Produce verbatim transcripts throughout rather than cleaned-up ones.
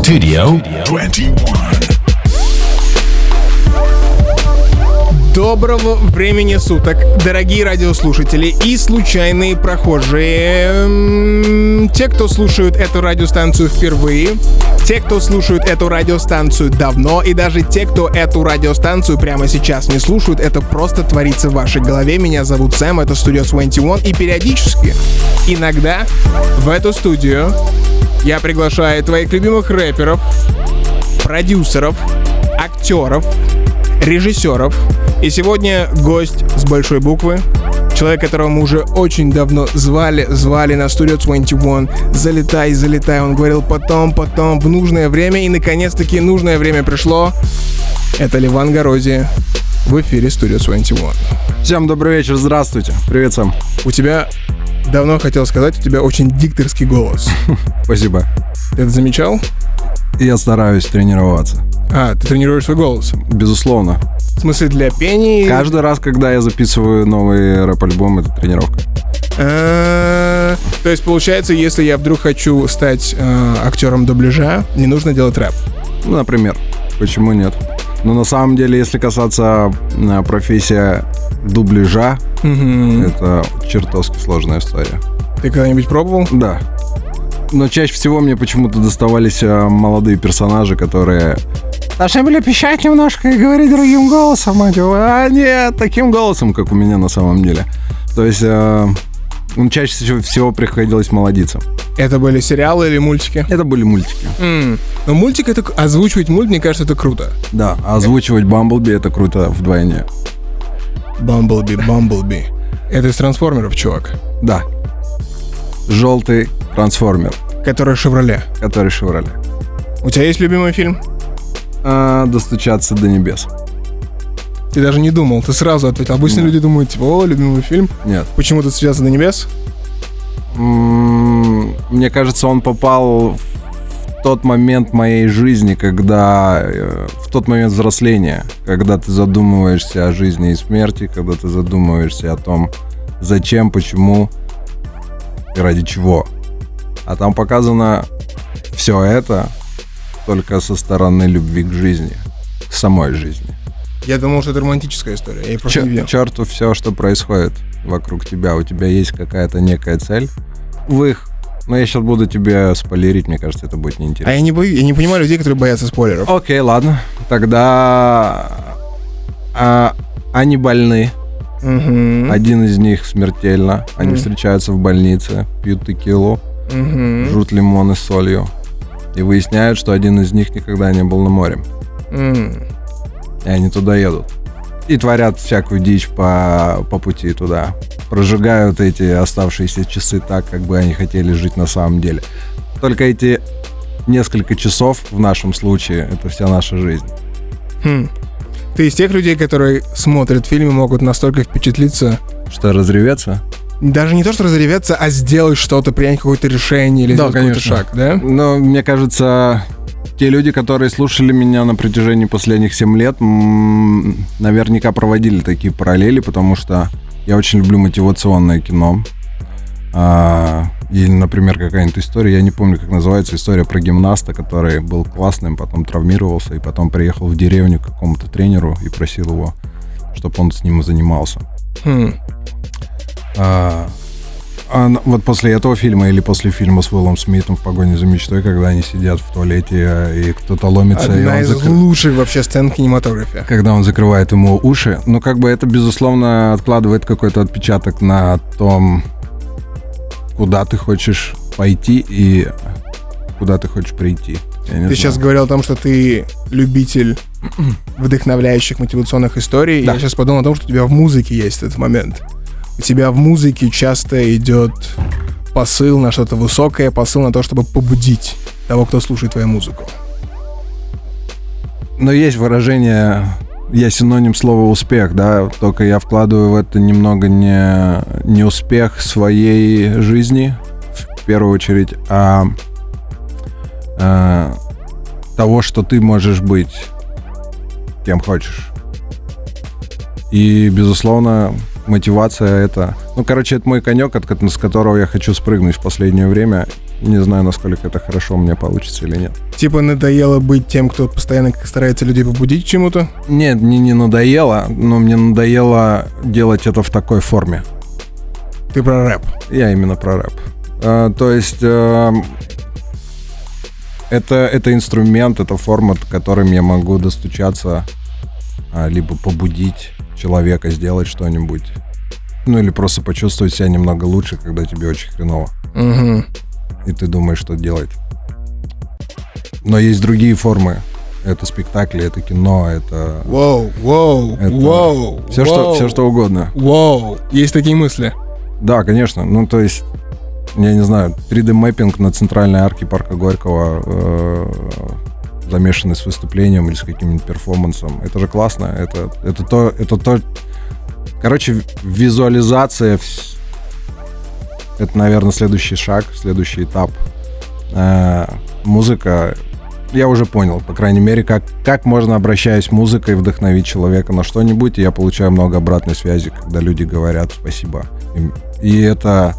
Studio двадцать один. Доброго времени суток, дорогие радиослушатели и случайные прохожие. Те, кто слушают эту радиостанцию впервые, те, кто слушают эту радиостанцию давно, и даже те, кто эту радиостанцию прямо сейчас не слушают, это просто творится в вашей голове. Меня зовут Сэм, это Studio двадцать один, и периодически, иногда, в эту студию я приглашаю твоих любимых рэперов, продюсеров, актеров, режиссеров. И сегодня гость с большой буквы, человек, которого мы уже очень давно звали, звали на Studio двадцать один. Залетай, залетай. Он говорил потом, потом, в нужное время. И наконец-таки нужное время пришло. Это Леван Горозия в эфире Studio двадцать один. Всем добрый вечер, здравствуйте. Привет, Сэм. У тебя, давно хотел сказать, у тебя очень дикторский голос. Спасибо. Ты это замечал? Я стараюсь тренироваться. А, ты тренируешь свой голос? Безусловно. В смысле, для пения? Каждый раз, когда я записываю новый рэп-альбом, это тренировка. А-а-а. То есть, получается, если я вдруг хочу стать э, актером дубляжа, не нужно делать рэп? Ну, например. Почему нет? Но на самом деле, если касаться э, профессии дубляжа, Mm-hmm. это чертовски сложная история. Ты когда-нибудь пробовал? Да. Но чаще всего мне почему-то доставались э, молодые персонажи, которые должны были пищать немножко и говорить другим голосом, мать его. А нет, таким голосом, как у меня на самом деле. То есть э, ну, чаще всего приходилось молодиться. Это были сериалы или мультики? Это были мультики. Mm. Но мультик, это озвучивать мульт, мне кажется, это круто. Да, а озвучивать Бамблби это круто вдвойне. Бамблби, Бамблби. Это из трансформеров, чувак. Да. Желтый трансформер. Который Шевроле. Который Шевроле. У тебя есть любимый фильм? А, «Достучаться до небес». Ты даже не думал, ты сразу ответил. Обычно Нет. люди думают, типа, о, любимый фильм. Нет. Почему «Достучаться до небес»? М-м- мне кажется, он попал в тот момент моей жизни, когда... э, в тот момент взросления, когда ты задумываешься о жизни и смерти, когда ты задумываешься о том, зачем, почему и ради чего. А там показано все это только со стороны любви к жизни, к самой жизни. Я думал, что это романтическая история. Я просто Чер- не видел. черту все, что происходит вокруг тебя. У тебя есть какая-то некая цель. Увы, но я сейчас буду тебе спойлерить, мне кажется, это будет А неинтересно. я не боюсь, я не понимаю людей, которые боятся спойлеров. Окей, ладно. Тогда а, они больны. Угу. Один из них смертельно. Они Мгм. встречаются в больнице, пьют текилу, Угу. жрут лимоны с солью. И выясняют, что один из них никогда не был на море. И они туда едут. И творят всякую дичь по, по пути туда. Прожигают эти оставшиеся часы так, как бы они хотели жить на самом деле. Только эти несколько часов в нашем случае — это вся наша жизнь. Хм. Ты из тех людей, которые смотрят фильмы, могут настолько впечатлиться, Что, разреветься? даже не то, что разреветься, а сделать что-то, принять какое-то решение или Да, сделать какой-то конечно. шаг, да? Но мне кажется, те люди, которые слушали меня на протяжении последних семи лет, м, наверняка проводили такие параллели, потому что я очень люблю мотивационное кино. А, или, например, какая-нибудь история, я не помню, как называется, история про гимнаста, который был классным, потом травмировался, и потом приехал в деревню к какому-то тренеру и просил его, чтобы он с ним занимался. Хм. А, а н- вот после этого фильма или после фильма с Уиллом Смитом «В погоне за мечтой», когда они сидят в туалете, а, и кто-то ломится, и Одна он из закры- лучших вообще сцен в кинематографе. когда он закрывает ему уши. Ну, как бы это, безусловно, откладывает какой-то отпечаток на том, куда ты хочешь пойти и куда ты хочешь прийти. Я не Ты знаю. сейчас говорил о том, что ты любитель вдохновляющих мотивационных историй. Да. Я сейчас подумал о том, что у тебя в музыке есть этот момент. У тебя в музыке часто идет посыл на что-то высокое, посыл на то, чтобы побудить того, кто слушает твою музыку. Но есть выражение, я синоним слова «успех», да, только я вкладываю в это немного не, не успех своей жизни, в первую очередь, а, а того, что ты можешь быть кем хочешь. И, безусловно, мотивация — это... Ну, короче, это мой конек, от, с которого я хочу спрыгнуть в последнее время. Не знаю, насколько это хорошо у меня получится или нет. Типа надоело быть тем, кто постоянно старается людей побудить к чему-то? Нет, мне не надоело, но мне надоело делать это в такой форме. Ты про рэп? Я именно про рэп. А, то есть а, это, это инструмент, это форма, которым я могу достучаться, а, либо побудить человека сделать что-нибудь. Ну или просто почувствовать себя немного лучше, когда тебе очень хреново. Угу. И ты думаешь, что делать. Но есть другие формы. Это спектакли, это кино, это... Воу, воу, это воу, все, воу, что, все что угодно. Воу, есть такие мысли? Да, конечно. Ну, то есть, я не знаю, три дэ-мэппинг на центральной арке парка Горького, э, замешанный с выступлением или с каким-нибудь перформансом. Это же классно. Это, это то... Это то... Короче, визуализация... Это, наверное, следующий шаг, следующий этап. Э, музыка... Я уже понял, по крайней мере, как, как можно, обращаясь музыкой, вдохновить человека на что-нибудь, и я получаю много обратной связи, когда люди говорят спасибо. И, и это...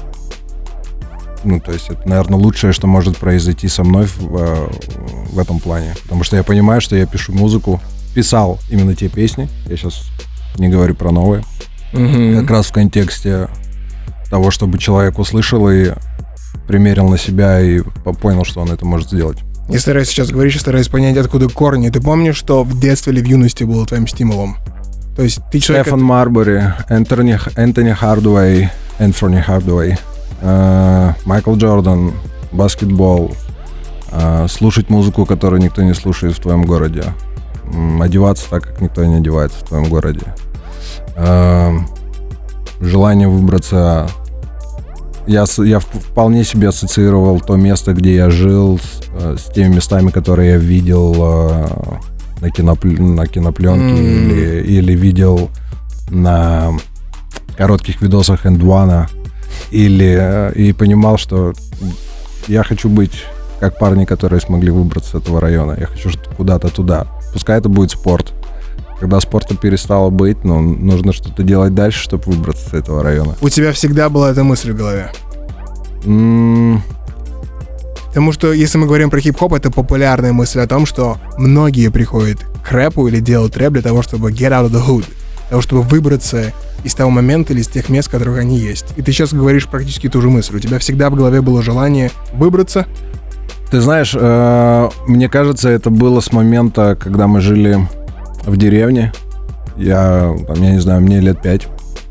Ну, то есть, это, наверное, лучшее, что может произойти со мной в, в этом плане. Потому что я понимаю, что я пишу музыку, писал именно те песни, я сейчас не говорю про новые, mm-hmm. как раз в контексте того, чтобы человек услышал и примерил на себя и понял, что он это может сделать. Я стараюсь сейчас говорить, я стараюсь понять, откуда корни. Ты помнишь, что в детстве или в юности было твоим стимулом? То есть ты человек... Стефан Марбери, Энтони, Энтони Хардуэй, Энтони Хардуэй, э, Майкл Джордан, баскетбол, э, слушать музыку, которую никто не слушает в твоем городе, э, одеваться так, как никто не одевается в твоем городе, э, желание выбраться... Я, я вполне себе ассоциировал то место, где я жил, с, с теми местами, которые я видел э, на, кинопль, на кинопленке mm. или, или видел на коротких видосах Эндвана, или э, и понимал, что я хочу быть как парни, которые смогли выбраться с этого района. Я хочу куда-то туда. Пускай это будет спорт. Когда спорта перестало быть, ну, нужно что-то делать дальше, чтобы выбраться с этого района. У тебя всегда была эта мысль в голове? Mm. Потому что, если мы говорим про хип-хоп, это популярная мысль о том, что многие приходят к рэпу или делают рэп для того, чтобы get out of the hood, для того, чтобы выбраться из того момента или из тех мест, в которых они есть. И ты сейчас говоришь практически ту же мысль. У тебя всегда в голове было желание выбраться? Ты знаешь, э, мне кажется, это было с момента, когда мы жили... в деревне. Я, там, я не знаю, мне лет пять.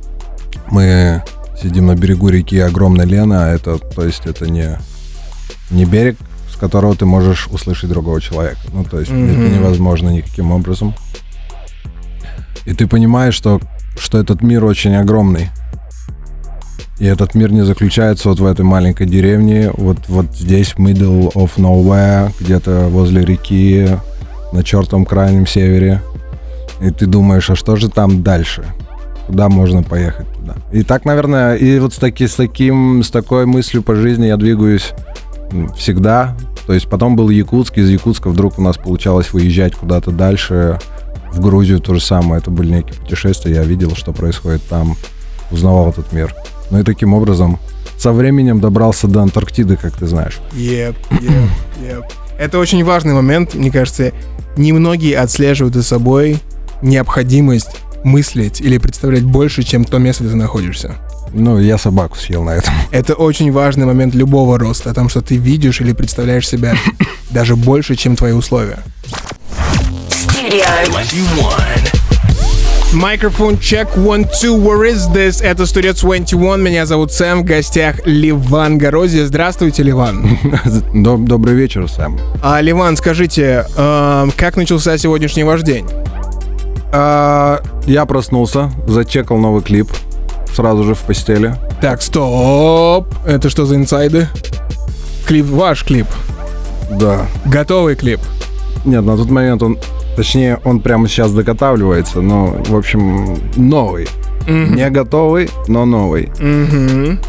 Мы сидим на берегу реки огромной Лены, а это, то есть, это не, не берег, с которого ты можешь услышать другого человека. Ну, то есть, mm-hmm. это невозможно никаким образом. И ты понимаешь, что, что этот мир очень огромный. И этот мир не заключается вот в этой маленькой деревне, вот, вот здесь, middle of nowhere, где-то возле реки, на чертовом крайнем севере. И ты думаешь, а что же там дальше? Куда можно поехать туда? И так, наверное, и вот с, таки, с, таким, с такой мыслью по жизни я двигаюсь всегда. То есть потом был Якутск, из Якутска вдруг у нас получалось выезжать куда-то дальше. В Грузию то же самое, это были некие путешествия, я видел, что происходит там, узнавал этот мир. Ну и таким образом со временем добрался до Антарктиды, как ты знаешь. Yep, yep, yep. Это очень важный момент, мне кажется. Немногие отслеживают за собой необходимость мыслить или представлять больше, чем то место, где ты находишься. Ну, я собаку съел на этом. Это очень важный момент любого роста, о том, что ты видишь или представляешь себя даже больше, чем твои условия. Microphone check, one, two, where is this? Это Studio двадцать один, меня зовут Сэм, в гостях Ливан Горозия. Здравствуйте, Ливан. Добрый вечер, Сэм. А, Ливан, скажите, э, как начался сегодняшний ваш день? А, я проснулся, зачекал новый клип, сразу же в постели. Так, стоп, это что за инсайды? Клип, ваш клип? Да. Готовый клип? Нет, на тот момент он... Точнее, он прямо сейчас доготавливается, но, в общем, новый. Mm-hmm. Не готовый, но новый. Mm-hmm.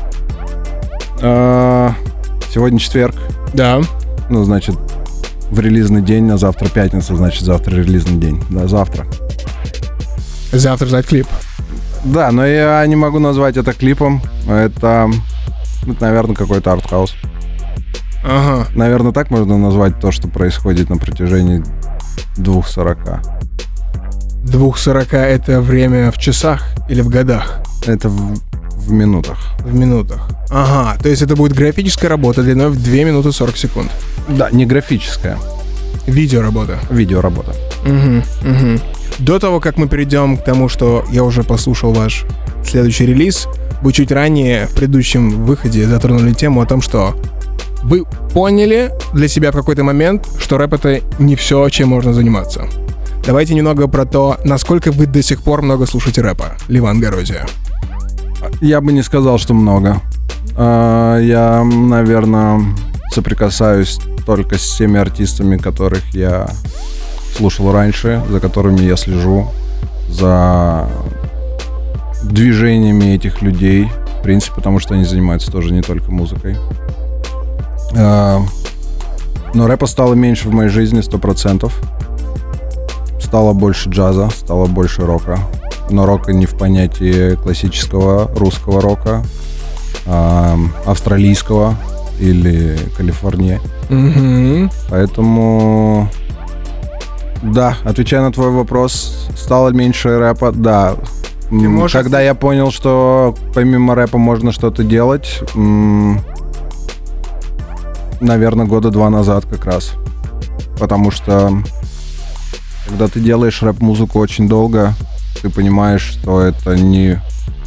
А, сегодня четверг. Да. Ну, значит, в релизный день, а завтра пятница, значит, завтра релизный день. Да, завтра. Завтра ждать клип. Да, но я не могу назвать это клипом. Это, это наверное, какой-то артхаус. Ага. Наверное, так можно назвать то, что происходит на протяжении двух сорока. Двух сорока это время в часах или в годах? Это в, в минутах. В минутах. Ага, то есть это будет графическая работа длиной в две минуты сорок секунд. Да, не графическая. Видеоработа. Видеоработа. Угу, угу. До того, как мы перейдем к тому, что я уже послушал ваш следующий релиз, вы чуть ранее в предыдущем выходе затронули тему о том, что вы поняли для себя в какой-то момент, что рэп — это не все, чем можно заниматься. Давайте немного про то, насколько вы до сих пор много слушаете рэпа, Ливан Горозия. Я бы не сказал, что много. Я, наверное, соприкасаюсь только с теми артистами, которых я слушал раньше, за которыми я слежу, за движениями этих людей, в принципе, потому что они занимаются тоже не только музыкой. Но рэпа стало меньше в моей жизни, сто процентов. Стало больше джаза, стало больше рока. Но рока не в понятии классического русского рока, а австралийского или Калифорния. Mm-hmm. Поэтому, да, отвечая на твой вопрос, стало меньше рэпа, да. Можешь... Когда я понял, что помимо рэпа можно что-то делать, м- наверное, года два назад как раз. Потому что когда ты делаешь рэп-музыку очень долго, ты понимаешь, что это не...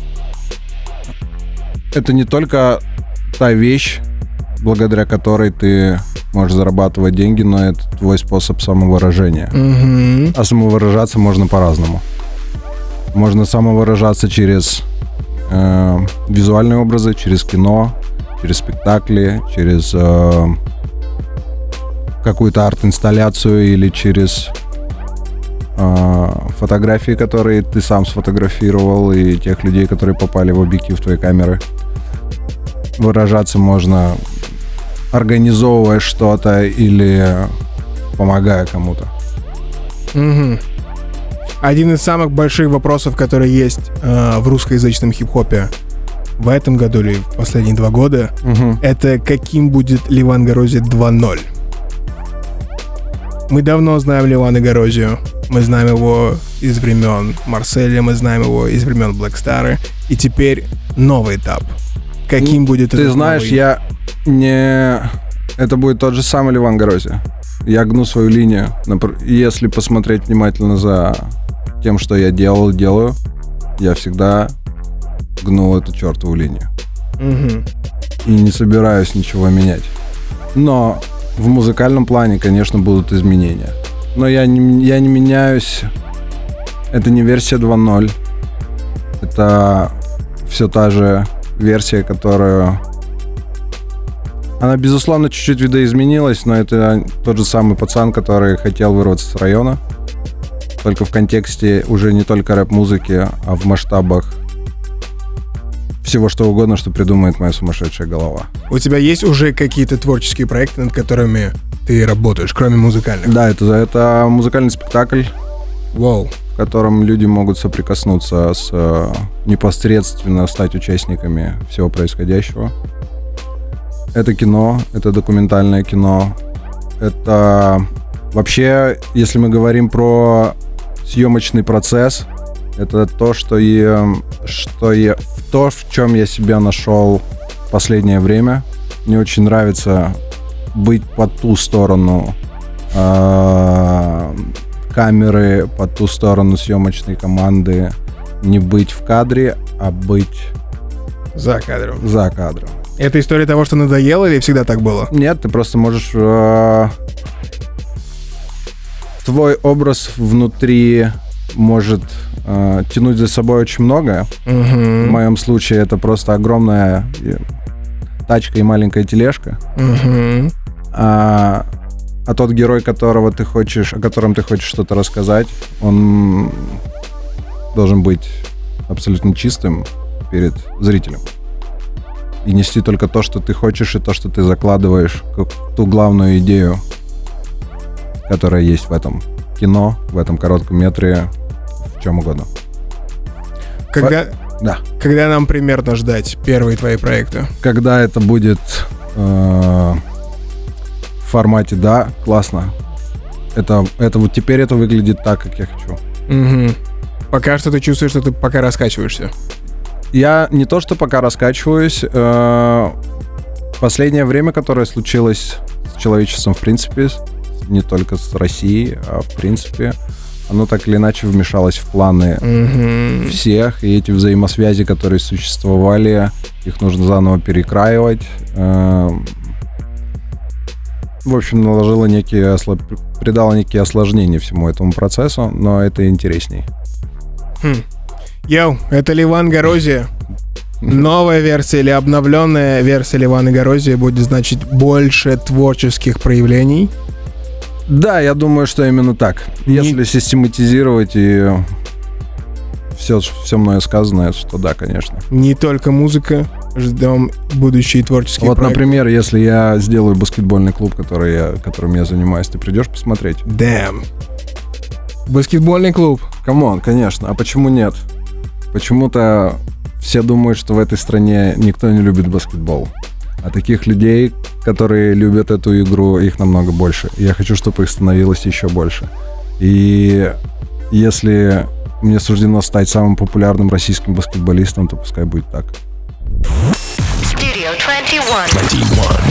Это не только та вещь, благодаря которой ты можешь зарабатывать деньги, но это твой способ самовыражения. Mm-hmm. А самовыражаться можно по-разному. Можно самовыражаться через э, визуальные образы, через кино, через спектакли, через э, какую-то арт-инсталляцию или через э, фотографии, которые ты сам сфотографировал, и тех людей, которые попали в объектив твоей камеры. Выражаться можно, организовывая что-то или помогая кому-то. Mm-hmm. Один из самых больших вопросов, которые есть э, в русскоязычном хип-хопе в этом году или в последние два года, угу. это каким будет Ливан Горозия два ноль. Мы давно знаем Ливана Горозию. Мы знаем его из времен Марселя, мы знаем его из времен Black Star. И теперь новый этап. Каким будет Ты этот Ты знаешь, новый... я не... Это будет тот же самый Ливан Горозия. Я гну свою линию. Если посмотреть внимательно за тем, что я делал и делаю, я всегда гнул эту чертову линию. Угу. И не собираюсь ничего менять. Но в музыкальном плане, конечно, будут изменения. Но я не, я не меняюсь. Это не версия два ноль. Это все та же версия, которую... Она, безусловно, чуть-чуть видоизменилась, но это тот же самый пацан, который хотел вырваться с района. Только в контексте уже не только рэп-музыки, а в масштабах всего что угодно, что придумает моя сумасшедшая голова. У тебя есть уже какие-то творческие проекты, над которыми ты работаешь, кроме музыкальных? Да, это, это музыкальный спектакль, wow. в котором люди могут соприкоснуться с... непосредственно стать участниками всего происходящего. Это кино, это документальное кино. Это... Вообще, если мы говорим про съемочный процесс, это то, что я, что я, то, в чем я себя нашел в последнее время. Мне очень нравится быть по ту сторону э, камеры, по ту сторону съемочной команды. Не быть в кадре, а быть за кадром. За кадром. Это история того, что надоело, или всегда так было? Нет, ты просто можешь... Э, твой образ внутри может э, тянуть за собой очень многое. Uh-huh. В моем случае это просто огромная тачка и маленькая тележка. Uh-huh. А, а тот герой, которого ты хочешь, о котором ты хочешь что-то рассказать, он должен быть абсолютно чистым перед зрителем. И нести только то, что ты хочешь, и то, что ты закладываешь, как ту главную идею, которая есть в этом кино, в этом коротком метре, в чем угодно. Когда, да. Когда нам примерно ждать первые твои проекты? Когда это будет... Э, формате «да, классно». Это, это вот теперь это выглядит так, как я хочу. Угу. Пока что ты чувствуешь, что ты пока раскачиваешься. Я не то, что пока раскачиваюсь. Э, последнее время, которое случилось с человечеством, в принципе, не только с Россией, а в принципе, оно так или иначе вмешалось в планы mm-hmm. всех, и эти взаимосвязи, которые существовали, их нужно заново перекраивать. Э, в общем, наложило некие, придало некие осложнения всему этому процессу, но это интересней. Хм. Йоу, это Ливан Горозия. Новая версия или обновленная версия Ливана Горозия будет значить больше творческих проявлений? Да, я думаю, что именно так. Если Не... систематизировать и все, все мною сказанное, что да, конечно. Не только музыка, ждем будущие творческие вот, проекты. Например, если я сделаю баскетбольный клуб, который я, которым я занимаюсь, ты придешь посмотреть? Damn. Баскетбольный клуб? Камон, конечно. А почему нет? Почему-то все думают, что в этой стране никто не любит баскетбол. А таких людей, которые любят эту игру, их намного больше. И я хочу, чтобы их становилось еще больше. И если мне суждено стать самым популярным российским баскетболистом, то пускай будет так. Studio двадцать один.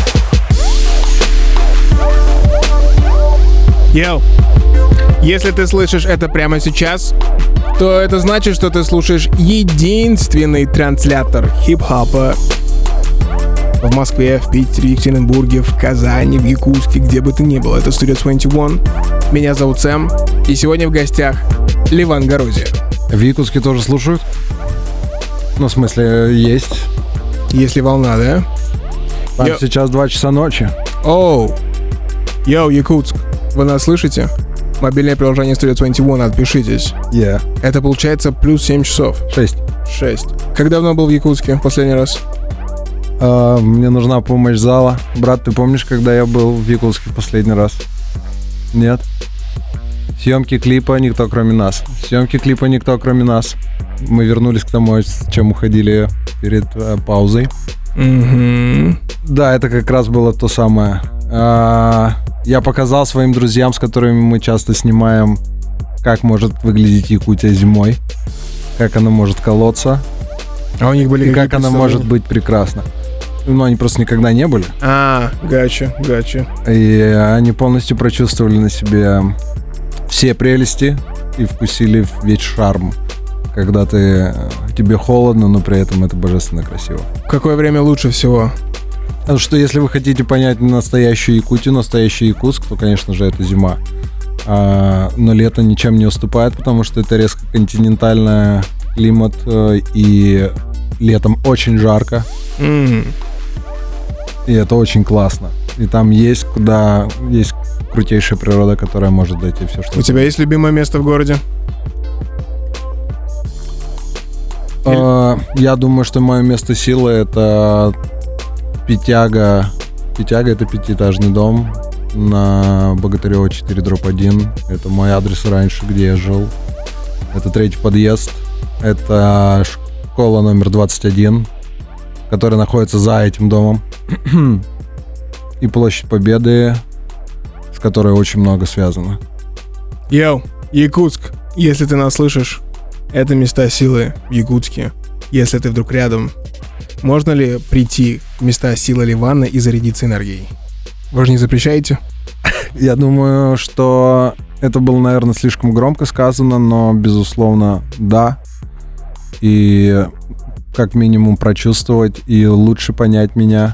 Йоу, если ты слышишь это прямо сейчас, то это значит, что ты слушаешь единственный транслятор хип-хопа в Москве, в Питере, в Екатеринбурге, в Казани, в Якутске, где бы ты ни был. Это Studio двадцать один. Меня зовут Сэм, и сегодня в гостях Ливан Горозия. В Якутске тоже слушают? Ну, в смысле, есть. Если волна, да? Там Йо... сейчас два часа ночи. Оу. Йоу, Якутск, вы нас слышите? Мобильное приложение Studio двадцать один, отпишитесь. Yeah. Это получается плюс семь часов. Шесть. Шесть. Как давно был в Якутске последний раз? Uh, мне нужна помощь зала. Брат, ты помнишь, когда я был в Якутске последний раз? Нет? Съемки клипа никто, кроме нас. Съемки клипа никто, кроме нас. Мы вернулись к тому, с чем уходили перед uh, паузой. Mm-hmm. Да, это как раз было то самое. Uh, я показал своим друзьям, с которыми мы часто снимаем, как может выглядеть Якутия зимой, как она может колоться, а у них были и как она может быть прекрасна. Ну, они просто никогда не были. А, гача, гача. И они полностью прочувствовали на себе все прелести и вкусили весь шарм, когда ты, тебе холодно, но при этом это божественно красиво. В какое время лучше всего? Потому что если вы хотите понять настоящую Якутию, настоящий Якутск, то, конечно же, это зима. А, но лето ничем не уступает, потому что это резко континентальный климат, и летом очень жарко. Mm. И это очень классно. И там есть куда... Есть крутейшая природа, которая может дать тебе все, что... У тебя есть любимое место в городе? Uh, я думаю, что мое место силы — это Пятяга. Пятяга — это пятиэтажный дом на Богатырева четыре дробь один. Это мой адрес раньше, где я жил. Это третий подъезд. Это школа номер двадцать один, которая находится за этим домом. И площадь Победы, с которой очень много связано. Йоу, Якутск, если ты нас слышишь, это места силы в Якутске. Если ты вдруг рядом, можно ли прийти в места силы Ливана и зарядиться энергией? Вы же не запрещаете? Я думаю, что это было, наверное, слишком громко сказано, но, безусловно, да. И как минимум прочувствовать и лучше понять меня,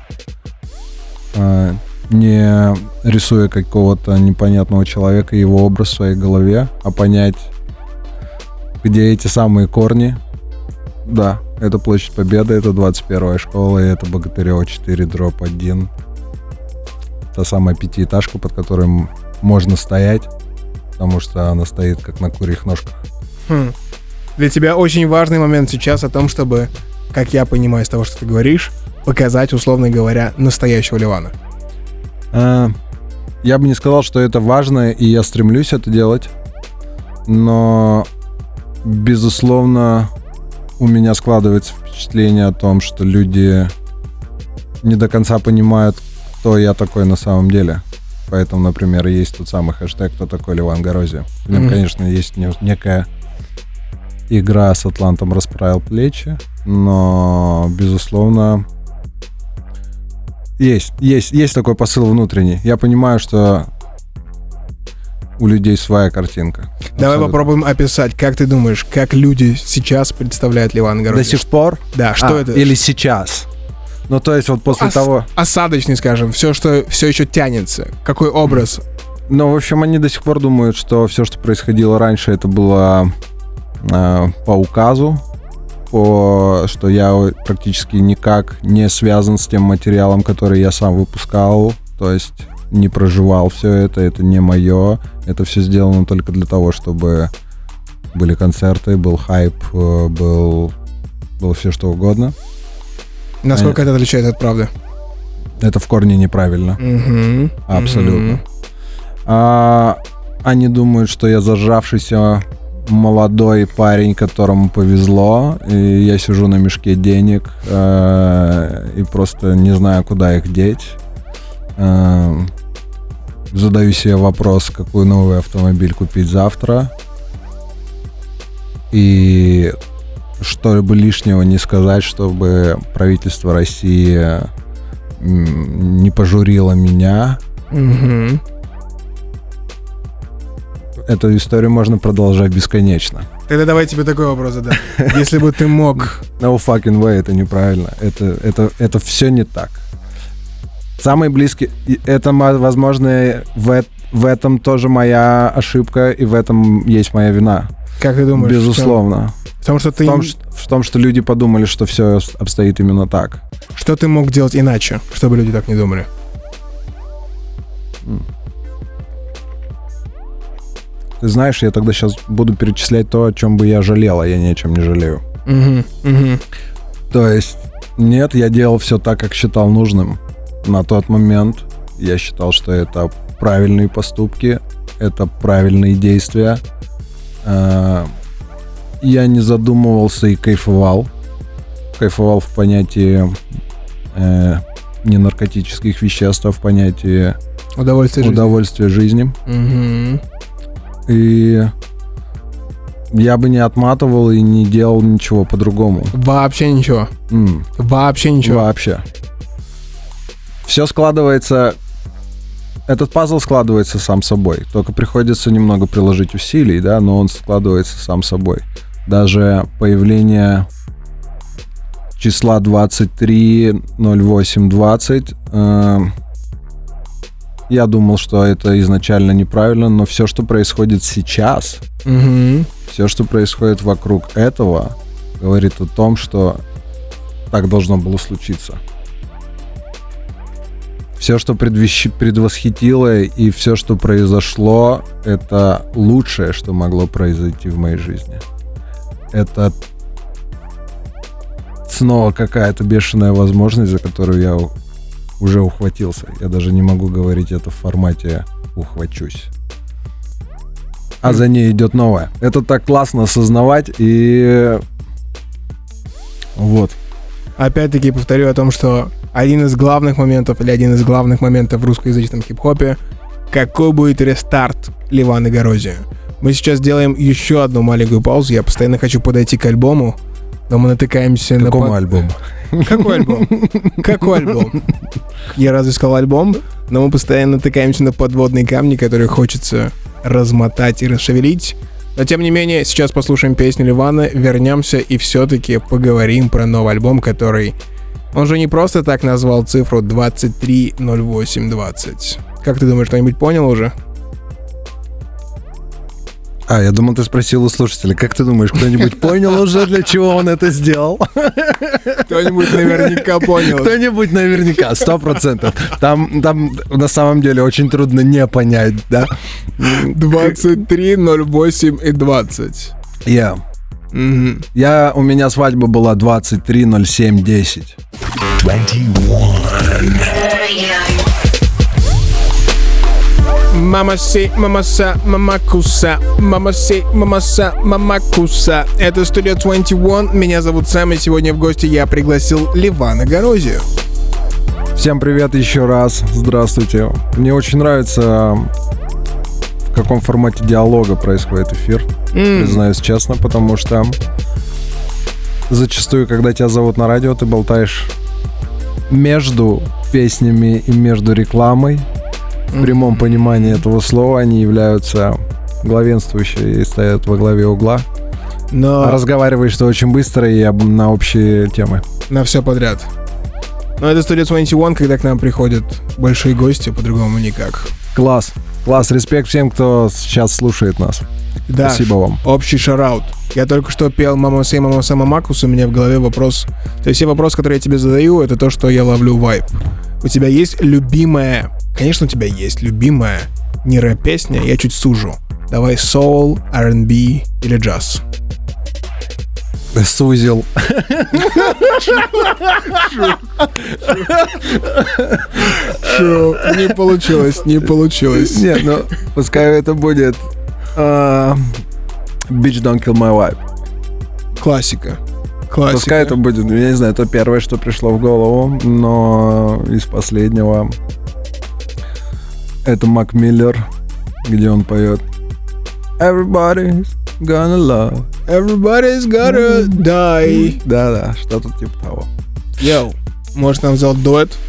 не рисуя какого-то непонятного человека, его образ в своей голове, а понять, где эти самые корни. Да, это площадь Победы, это двадцать первая школа, и это Богатырева четыре дробь один. Та самая пятиэтажка, под которой можно стоять, потому что она стоит как на курьих ножках. Хм. Для тебя очень важный момент сейчас о том, чтобы, как я понимаю из того, что ты говоришь, показать, условно говоря, настоящего Ливана. А, я бы не сказал, что это важно, и я стремлюсь это делать, но, безусловно, у меня складывается впечатление о том, что люди не до конца понимают, кто я такой на самом деле. Поэтому, например, есть тот самый хэштег «Кто такой Ливан Горозия?». В нем, mm-hmm. конечно, есть некая игра с «Атлантом расправил плечи», но, безусловно, есть, есть, есть такой посыл внутренний. Я понимаю, что у людей своя картинка. Давай абсолютно. Попробуем описать, как ты думаешь, как люди сейчас представляют Ливана Горозия? До сих пор? Да, что а, это? Или сейчас? Ну, то есть вот после Ос- того... Осадочный, скажем, все, что все еще тянется. Какой образ? Ну, в общем, они до сих пор думают, что все, что происходило раньше, это было э, по указу, по, что я практически никак не связан с тем материалом, который я сам выпускал, то есть не проживал все это, это не мое, это все сделано только для того, чтобы были концерты, был хайп, был, было все что угодно. Насколько это отличается от правды? Это в корне неправильно. Mm-hmm. Абсолютно. Mm-hmm. А, они думают, что я зажравшийся молодой парень, которому повезло, и я сижу на мешке денег э, и просто не знаю, куда их деть. Э, задаю себе вопрос, какой новый автомобиль купить завтра. И что-либо лишнего не сказать, чтобы правительство России не пожурило меня. Mm-hmm. Эту историю можно продолжать бесконечно. Тогда давай тебе такой вопрос задам. Если бы ты мог... No fucking way, это неправильно. Это, это, это все не так. Самый близкий... Это, возможно, в, в этом тоже моя ошибка, и в этом есть моя вина. Как ты думаешь? Безусловно. Потому что ты... В том, что, в том, что люди подумали, что все обстоит именно так. Что ты мог делать иначе, чтобы люди так не думали? Ты знаешь, я тогда сейчас буду перечислять то, о чем бы я жалел, а я ни о чем не жалею. Uh-huh, uh-huh. То есть, нет, я делал все так, как считал нужным. На тот момент я считал, что это правильные поступки, это правильные действия. Я не задумывался и кайфовал. Кайфовал в понятии э, не наркотических веществ, а в понятии удовольствия, удовольствия жизни. жизни. Угу. И я бы не отматывал и не делал ничего по-другому. Вообще ничего? Mm. Вообще ничего? Вообще. Все складывается... Этот пазл складывается сам собой. Только приходится немного приложить усилий, да, но он складывается сам собой. Даже появление числа двадцать три ноль восемь двадцать, э, я думал, что это изначально неправильно, но все, что происходит сейчас, mm-hmm. все, что происходит вокруг этого, говорит о том, что так должно было случиться. Все, что предвещ... предвосхитило, и все, что произошло, это лучшее, что могло произойти в моей жизни. Это снова какая-то бешеная возможность, за которую я уже ухватился. Я даже не могу говорить это в формате «ухвачусь». А за ней идет новое. Это так классно осознавать, и вот. Опять-таки повторю о том, что один из главных моментов, или один из главных моментов в русскоязычном хип-хопе, какой будет рестарт Ливана Горозия. Мы сейчас делаем еще одну маленькую паузу. Я постоянно хочу подойти к альбому, но мы натыкаемся Какому на... Какому альбому? Какой альбом? Какой альбом? Я разве сказал альбом? Но мы постоянно натыкаемся на подводные камни, которые хочется размотать и расшевелить. Но тем не менее, сейчас послушаем песню Ливана, вернемся и все-таки поговорим про новый альбом, который... Он же не просто так назвал цифру двадцать три ноль восемь двадцать. Как ты думаешь, кто-нибудь понял уже? А, я думал, ты спросил у слушателя. Как ты думаешь, кто-нибудь понял уже, для чего он это сделал? Кто-нибудь наверняка понял. Кто-нибудь наверняка, сто процентов. Там, там на самом деле очень трудно не понять, да? двадцать три ноль восемь и двадцать. Я. Yeah. Mm-hmm. Я, у меня свадьба была двадцать три ноль семь десять. двадцать один. Мама си, мама са, мама куса. Мама си, мама са, мама куса. Это студия двадцать один. Меня зовут Сэм, и сегодня в гости я пригласил Ливана Горозию. Всем привет еще раз. Здравствуйте. Мне очень нравится, в каком формате диалога происходит эфир. Mm. Признаюсь честно, потому что зачастую, когда тебя зовут на радио, ты болтаешь между песнями и между рекламой. В прямом mm-hmm. понимании этого слова они являются главенствующие и стоят во главе угла. Но... А разговариваешь ты очень быстро и на общие темы. На все подряд. Но это Studio двадцать один, когда к нам приходят большие гости, по-другому никак. Класс. Класс. Респект всем, кто сейчас слушает нас. Да. Спасибо вам. Общий шараут. Я только что пел «Мама Сей, Мама Сама Макус», у меня в голове вопрос. То есть все вопросы, которые я тебе задаю, это то, что я ловлю вайб. У тебя есть любимая... Конечно, у тебя есть любимая не рэп-песня, я чуть сужу. Давай соул, ар энд би или джаз. Сузил. Шо, не получилось, не получилось. Нет, ну, пускай это будет uh, Bitch Don't Kill My Vibe. Классика. Классика. Пускай это будет, я не знаю, это первое, что пришло в голову, но из последнего это Мак Миллер, где он поет Everybody's gonna love, everybody's gonna die. Да-да, что-то типа того. Йоу, может нам сделать дуэт?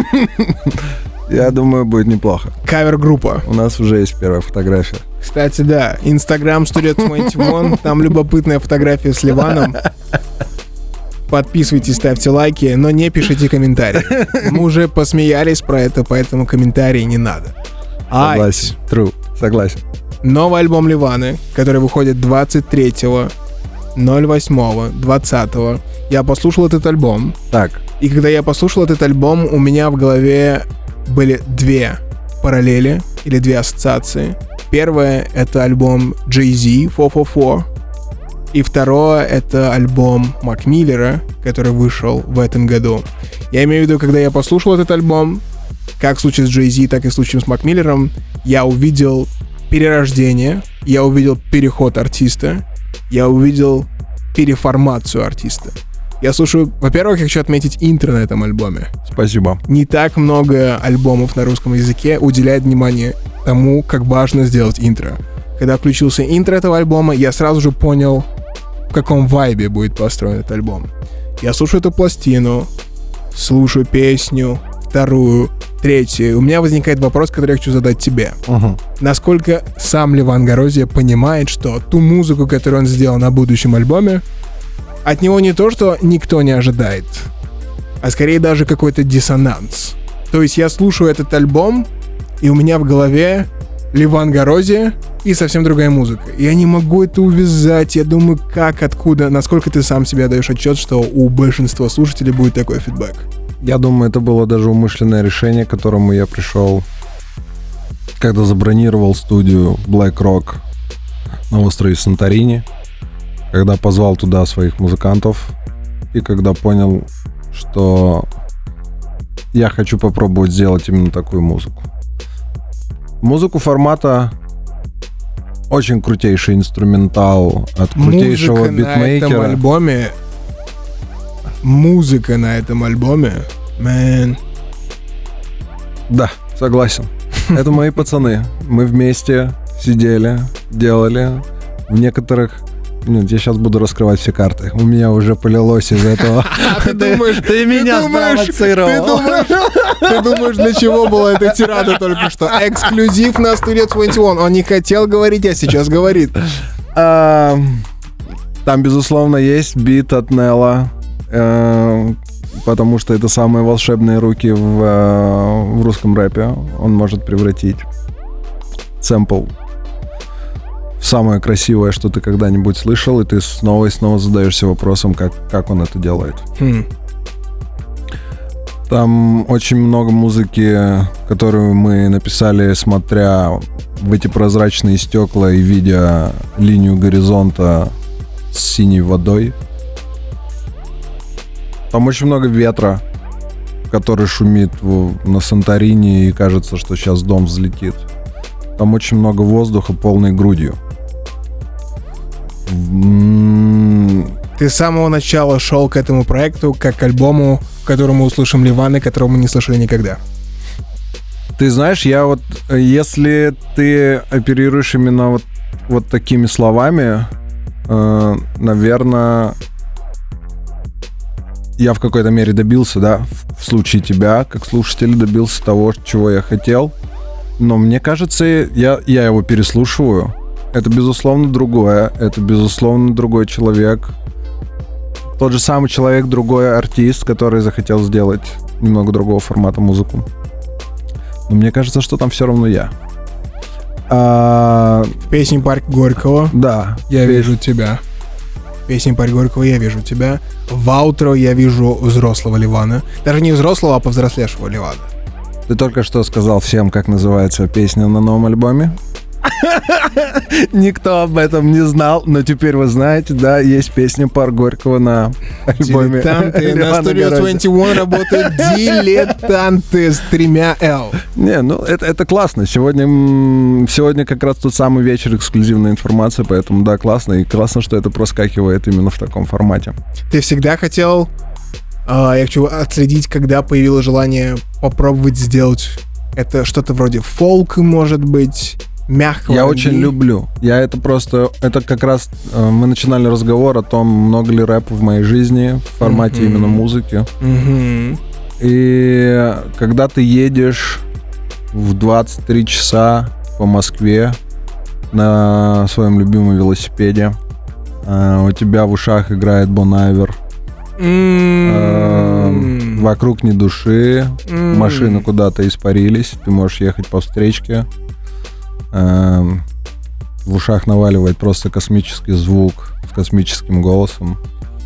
Я думаю, будет неплохо. Кавер-группа. У нас уже есть первая фотография. Кстати, да, Instagram Studio двадцать один, там любопытная фотография с Ливаном. Подписывайтесь, ставьте лайки, но не пишите комментарии. Мы уже посмеялись про это, поэтому комментарий не надо. Согласен, true, согласен. Новый альбом Ливаны, который выходит двадцать третьего восьмого двадцатого. Я послушал этот альбом. Так. И когда я послушал этот альбом, у меня в голове были две параллели или две ассоциации. Первое — это альбом Jay-Z четыреста сорок четыре. И второе — это альбом Мак Миллера, который вышел в этом году. Я имею в виду, когда я послушал этот альбом, как в случае с Jay-Z, так и в случае с Мак Миллером, я увидел перерождение, я увидел переход артиста, я увидел переформацию артиста. Я слушаю, во-первых, я хочу отметить интро на этом альбоме. Спасибо. Не так много альбомов на русском языке уделяет внимание тому, как важно сделать интро. Когда включился интро этого альбома, я сразу же понял, в каком вайбе будет построен этот альбом. Я слушаю эту пластину, слушаю песню, вторую, третью. У меня возникает вопрос, который я хочу задать тебе. Uh-huh. Насколько сам Ливан Горозия понимает, что ту музыку, которую он сделал на будущем альбоме, от него не то, что никто не ожидает, а скорее даже какой-то диссонанс. То есть я слушаю этот альбом, и у меня в голове Ливан Горозия и совсем другая музыка. Я не могу это увязать. Я думаю, как, откуда, насколько ты сам себе даешь отчет, что у большинства слушателей будет такой фидбэк. Я думаю, это было даже умышленное решение, к которому я пришел, когда забронировал студию Black Rock на острове Санторини, когда позвал туда своих музыкантов и когда понял, что я хочу попробовать сделать именно такую музыку. Музыку формата очень крутейший инструментал от крутейшего музыка битмейкера. На этом альбоме, музыка на этом альбоме, man. Да, согласен. Это мои пацаны. Мы вместе сидели, делали. В некоторых... Нет, я сейчас буду раскрывать все карты. У меня уже полилось из этого. Ты думаешь, ты меня спровоцировал. Ты думаешь, для чего была эта тирада только что? Эксклюзив на Studio двадцать один. Он не хотел говорить, а сейчас говорит. Там, безусловно, есть бит от Нелла, потому что это самые волшебные руки в, в русском рэпе. Он может превратить сэмпл в самое красивое, что ты когда-нибудь слышал, и ты снова и снова задаешься вопросом, как, как он это делает. Хм. Там очень много музыки, которую мы написали, смотря в эти прозрачные стекла и видя линию горизонта с синей водой. Там очень много ветра, который шумит в, на Санторини, и кажется, что сейчас дом взлетит. Там очень много воздуха полной грудью. Ты с самого начала шел к этому проекту как к альбому в котором мы услышим Ливана, которого мы не слышали никогда? Ты знаешь, я вот, если ты оперируешь именно вот, вот такими словами, э, наверное, я в какой-то мере добился, да, в, в случае тебя, как слушатель, добился того, чего я хотел. Но мне кажется, я, я его переслушиваю. Это, безусловно, другое. Это, безусловно, другой человек. Тот же самый человек, другой артист, который захотел сделать немного другого формата музыку. Но мне кажется, что там все равно я. А... Песня «Парк Горького». Да. «Я вижу тебя». Песня «Парк Горького», «Я вижу тебя». В аутро я вижу взрослого Ливана. Даже не взрослого, а повзрослевшего Ливана. Ты только что сказал всем, как называется песня на новом альбоме? Никто об этом не знал, но теперь вы знаете, да, есть песня «Парк Горького» на альбоме. Дилетанты. На Studio двадцать один работают дилетанты с тремя «Л». Не, ну это, это классно. Сегодня, сегодня как раз тот самый вечер эксклюзивной информации, поэтому да, классно. И классно, что это проскакивает именно в таком формате. Ты всегда хотел... Uh, я хочу отследить, когда появилось желание попробовать сделать это что-то вроде фолк, может быть, мягкого. Я очень люблю. Я это просто... Это как раз... Uh, мы начинали разговор о том, много ли рэпа в моей жизни в формате mm-hmm. именно музыки. Mm-hmm. И когда ты едешь в двадцать три часа по Москве на своем любимом велосипеде, uh, у тебя в ушах играет Бон Айвер, Mm-hmm. вокруг ни души, mm-hmm. машины куда-то испарились, ты можешь ехать по встречке, в ушах наваливает просто космический звук с космическим голосом.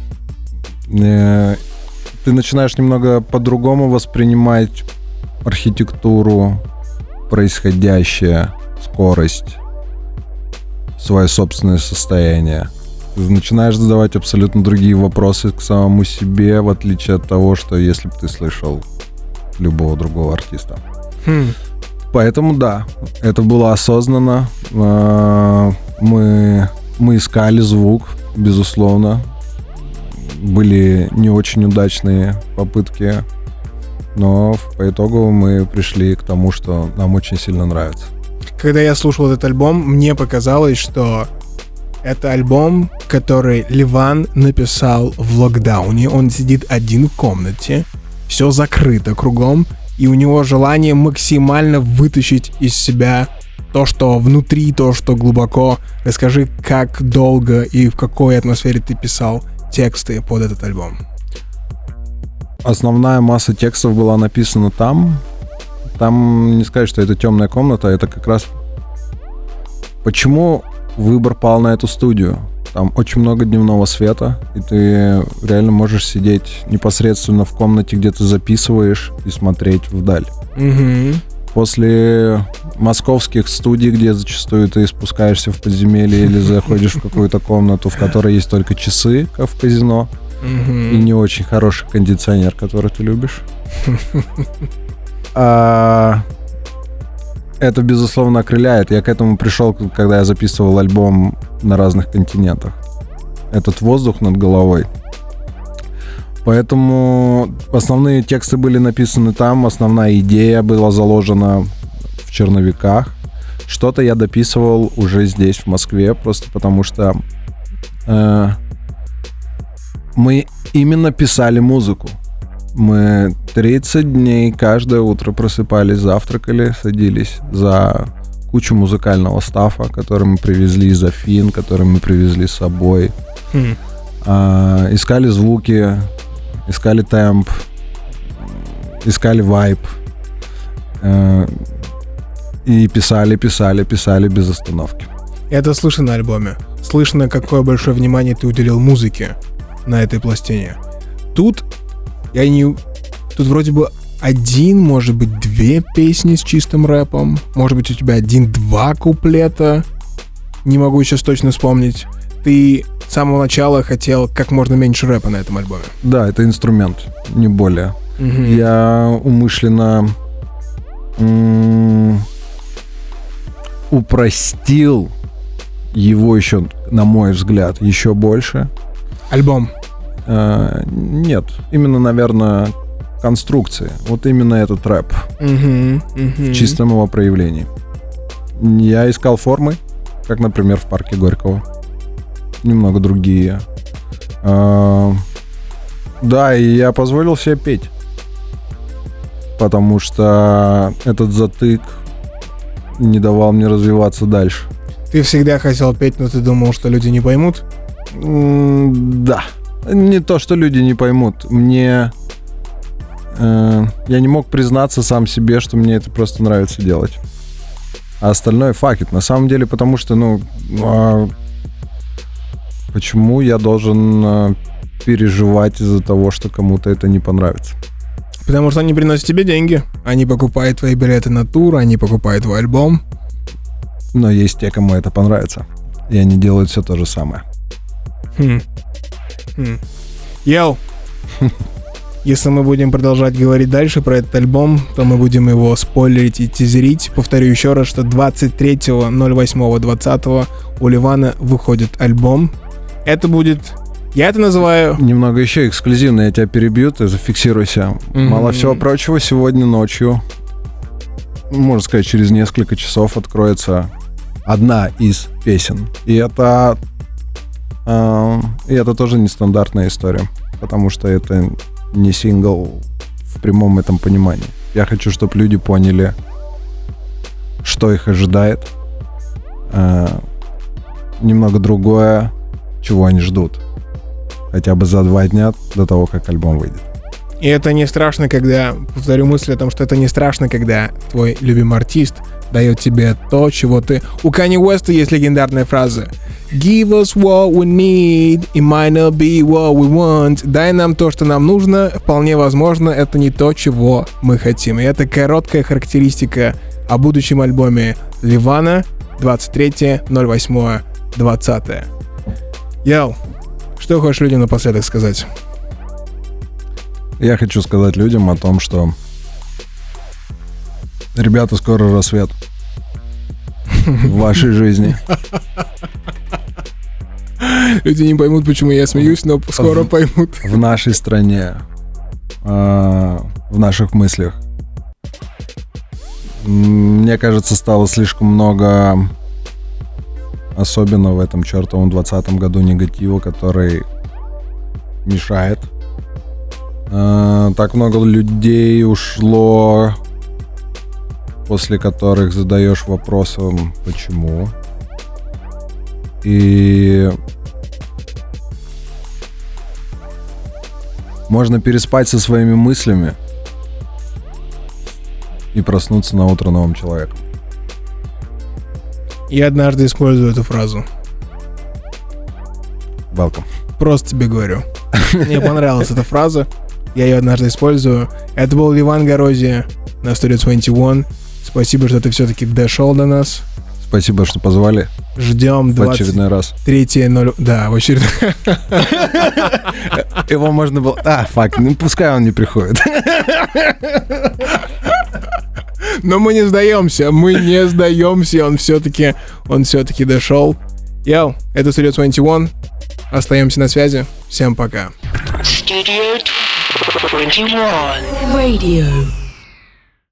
Ты начинаешь немного по-другому воспринимать архитектуру, происходящее, скорость, свое собственное состояние. Ты начинаешь задавать абсолютно другие вопросы к самому себе, в отличие от того, что если бы ты слышал любого другого артиста. Hmm. Поэтому да, это было осознанно. Мы, мы искали звук, безусловно. Были не очень удачные попытки, но по итогу мы пришли к тому, что нам очень сильно нравится. Когда я слушал этот альбом, мне показалось, что это альбом, который Ливан написал в локдауне. Он сидит один в комнате, все закрыто кругом, и у него желание максимально вытащить из себя то, что внутри, то, что глубоко. Расскажи, как долго и в какой атмосфере ты писал тексты под этот альбом? Основная масса текстов была написана там. Там не сказать, что это темная комната, это как раз... Почему выбор пал на эту студию? Там очень много дневного света, и ты реально можешь сидеть непосредственно в комнате, где ты записываешь, и смотреть вдаль. Mm-hmm. После московских студий, где зачастую ты спускаешься в подземелье или заходишь в какую-то комнату, в которой есть только часы, как в казино, mm-hmm. и не очень хороший кондиционер, который ты любишь. а, это, безусловно, окрыляет. Я к этому пришел, когда я записывал альбом на разных континентах. Этот воздух над головой. Поэтому основные тексты были написаны там, основная идея была заложена в черновиках. Что-то я дописывал уже здесь, в Москве, просто потому что э, мы именно писали музыку. Мы тридцать дней каждое утро просыпались, завтракали, садились за кучу музыкального стафа, который мы привезли из Афин, который мы привезли с собой. Mm. Э, искали звуки, искали темп, искали вайб. Э, и писали, писали, писали без остановки. Это слышно на альбоме. Слышно, какое большое внимание ты уделил музыке на этой пластине. Тут я не... Тут вроде бы один, может быть, две песни с чистым рэпом. Может быть, у тебя один-два куплета. Не могу сейчас точно вспомнить. Ты с самого начала хотел как можно меньше рэпа на этом альбоме. Да, это инструмент, не более. Mm-hmm. Я умышленно м- упростил его еще, на мой взгляд, еще больше. Альбом? Э, нет, именно, наверное, конструкции. Вот именно этот рэп. Мгм, мгм. В чистом его проявлении. Я искал формы, как, например, в парке Горького. Немного другие. А, да, и я позволил себе петь. Потому что этот затык не давал мне развиваться дальше. Ты всегда хотел петь, но ты думал, что люди не поймут? М, Да. Не то, что люди не поймут. Мне... э, я не мог признаться сам себе, что мне это просто нравится делать. А остальное факт. На самом деле, потому что, ну... а почему я должен а, переживать из-за того, что кому-то это не понравится? Потому что они приносят тебе деньги. Они покупают твои билеты на тур, они покупают твой альбом. Но есть те, кому это понравится. И они делают все то же самое. Хм. Хм. Йоу. Если мы будем продолжать говорить дальше про этот альбом, то мы будем его спойлерить и тизерить. Повторю еще раз, что двадцать третьего ноль восьмого двадцатого у Ливана выходит альбом. Это будет... Я это называю... Немного еще эксклюзивно, я тебя перебью, ты зафиксируйся. Mm-hmm. Мало всего прочего, сегодня ночью, можно сказать, через несколько часов откроется одна из песен. И это... э, и это тоже нестандартная история, потому что это не сингл в прямом этом понимании. Я хочу, чтобы люди поняли, что их ожидает. Э, немного другое, чего они ждут. Хотя бы за два дня до того, как альбом выйдет. И это не страшно, когда... Повторю мысль о том, что это не страшно, когда твой любимый артист дает тебе то, чего ты... У Kanye West есть легендарная фраза: «Give us what we need, it might not be what we want». Дай нам то, что нам нужно, вполне возможно, это не то, чего мы хотим. И это короткая характеристика о будущем альбоме Ливана двадцать третьего ноль восьмого двадцатого. Йоу, что хочешь людям напоследок сказать? Я хочу сказать людям о том, что ребята, скоро рассвет в вашей жизни. Люди не поймут, почему я смеюсь, но скоро в, поймут. В нашей стране, э, в наших мыслях. Мне кажется, стало слишком много, особенно в этом чертовом двадцатом году, негатива, который мешает. Э, так много людей ушло, после которых задаешь вопросом, почему. И можно переспать со своими мыслями и проснуться на утро новым человеком. Я однажды использую эту фразу. Welcome. Просто тебе говорю. Мне понравилась эта фраза. Я ее однажды использую. Это был Ливан Горозия на Studio двадцать один. Спасибо, что ты все-таки дошел до нас. Спасибо, что позвали. Ждем в очередной раз. двадцать третьего ноль... Да, в очередной. Его можно было... А, фак, ну пускай он не приходит. Но мы не сдаемся, мы не сдаемся. Он все-таки, он все-таки дошел. Йоу, это Studio двадцать один. Остаемся на связи. Всем пока. Studio двадцать один. Radio.